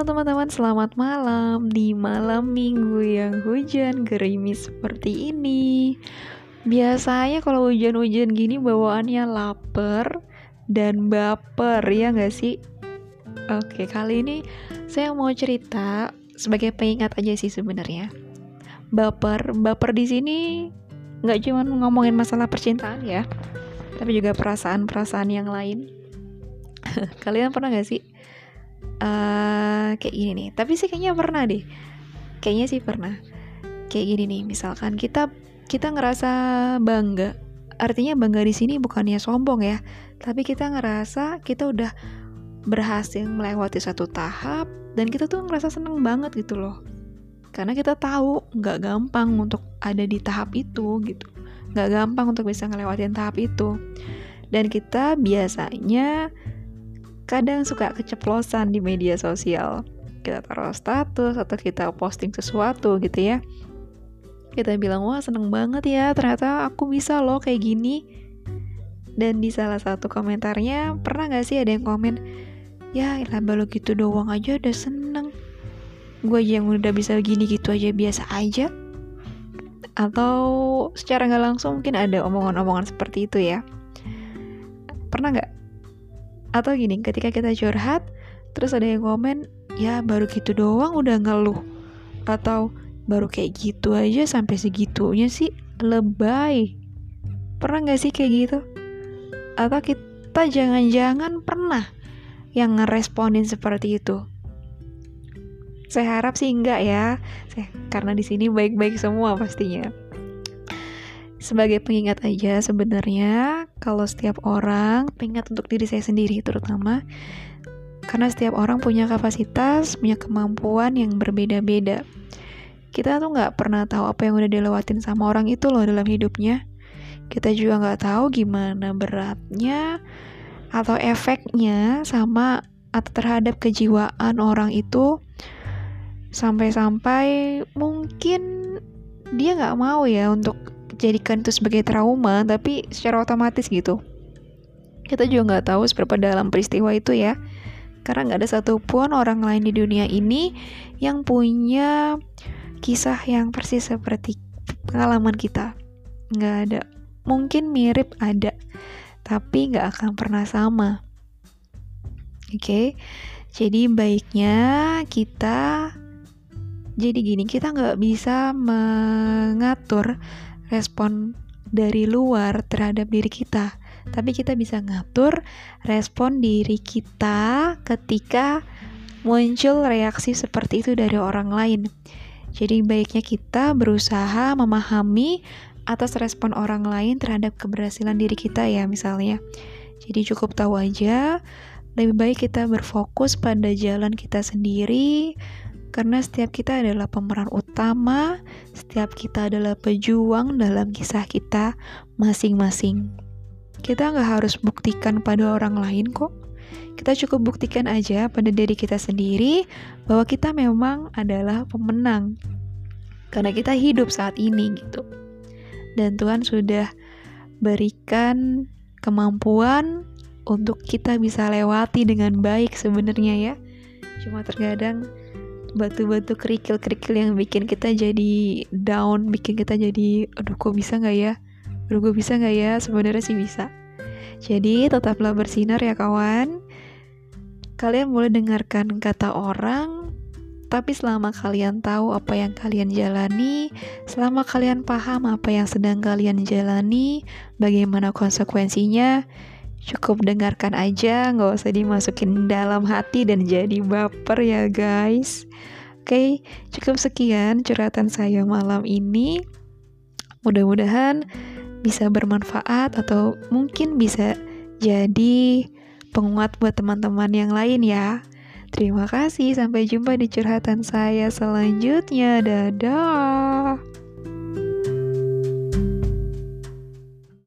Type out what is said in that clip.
Halo teman-teman, selamat malam di malam minggu yang hujan gerimis seperti ini. Biasanya kalau hujan-hujan gini bawaannya lapar dan baper, ya nggak sih? Oke, kali ini saya mau cerita sebagai pengingat aja sih sebenarnya. Baper di sini nggak cuma ngomongin masalah percintaan ya, tapi juga perasaan-perasaan yang lain. Kalian pernah nggak sih? Kayak gini nih, tapi sih kayaknya pernah deh, kayaknya sih pernah kayak gini nih. Misalkan kita ngerasa bangga, artinya bangga di sini bukannya sombong ya, tapi kita ngerasa kita udah berhasil melewati satu tahap dan kita tuh ngerasa seneng banget gitu loh, karena kita tahu nggak gampang untuk ada di tahap itu gitu, nggak gampang untuk bisa ngelewatin tahap itu. Dan kita biasanya kadang suka keceplosan di media sosial. Kita taruh status atau kita posting sesuatu gitu ya. Kita bilang, wah seneng banget ya, ternyata aku bisa loh kayak gini. Dan di salah satu komentarnya, pernah gak sih ada yang komen, ya elah baru gitu doang aja udah seneng. Gue aja yang udah bisa gini gitu aja biasa aja. Atau secara gak langsung mungkin ada omongan-omongan seperti itu ya. Pernah gak? Atau gini, ketika kita curhat, terus ada yang komen, ya baru gitu doang udah ngeluh. Atau baru kayak gitu aja sampai segitunya sih, lebay. Pernah gak sih kayak gitu? Atau kita jangan-jangan pernah yang ngeresponin seperti itu? Saya harap sih enggak ya, karena di sini baik-baik semua pastinya. Sebagai pengingat aja sebenarnya, kalau setiap orang, pengingat untuk diri saya sendiri terutama, karena setiap orang punya kapasitas, punya kemampuan yang berbeda-beda. Kita tuh gak pernah tahu apa yang udah dilewatin sama orang itu loh dalam hidupnya. Kita juga gak tahu gimana beratnya atau efeknya sama atau terhadap kejiwaan orang itu, sampai-sampai mungkin dia gak mau ya untuk jadikan itu sebagai trauma, tapi secara otomatis gitu. Kita juga nggak tahu seberapa dalam peristiwa itu ya, karena nggak ada satupun orang lain di dunia ini yang punya kisah yang persis seperti pengalaman kita. Nggak ada. Mungkin mirip ada, tapi nggak akan pernah sama. Oke? Jadi baiknya kita kita nggak bisa mengatur respon dari luar terhadap diri kita, tapi kita bisa ngatur respon diri kita ketika muncul reaksi seperti itu dari orang lain. Jadi baiknya kita berusaha memahami atas respon orang lain terhadap keberhasilan diri kita ya misalnya. Jadi cukup tahu aja, lebih baik kita berfokus pada jalan kita sendiri, karena setiap kita adalah pemeran utama, setiap kita adalah pejuang dalam kisah kita masing-masing. Kita gak harus buktikan pada orang lain kok. Kita cukup buktikan aja pada diri kita sendiri bahwa kita memang adalah pemenang. Karena kita hidup saat ini gitu. Dan Tuhan sudah berikan kemampuan untuk kita bisa lewati dengan baik sebenarnya ya. Cuma terkadang batu-batu kerikil-kerikil yang bikin kita jadi down, bikin kita jadi aduh gue bisa gak ya, sebenarnya sih bisa. Jadi tetaplah bersinar ya kawan. Kalian boleh dengarkan kata orang, tapi selama kalian tahu apa yang kalian jalani, selama kalian paham apa yang sedang kalian jalani, bagaimana konsekuensinya, cukup dengarkan aja, gak usah dimasukin dalam hati dan jadi baper ya guys. Oke, cukup sekian curhatan saya malam ini. Mudah-mudahan bisa bermanfaat atau mungkin bisa jadi penguat buat teman-teman yang lain ya. Terima kasih, sampai jumpa di curhatan saya selanjutnya. Dadah.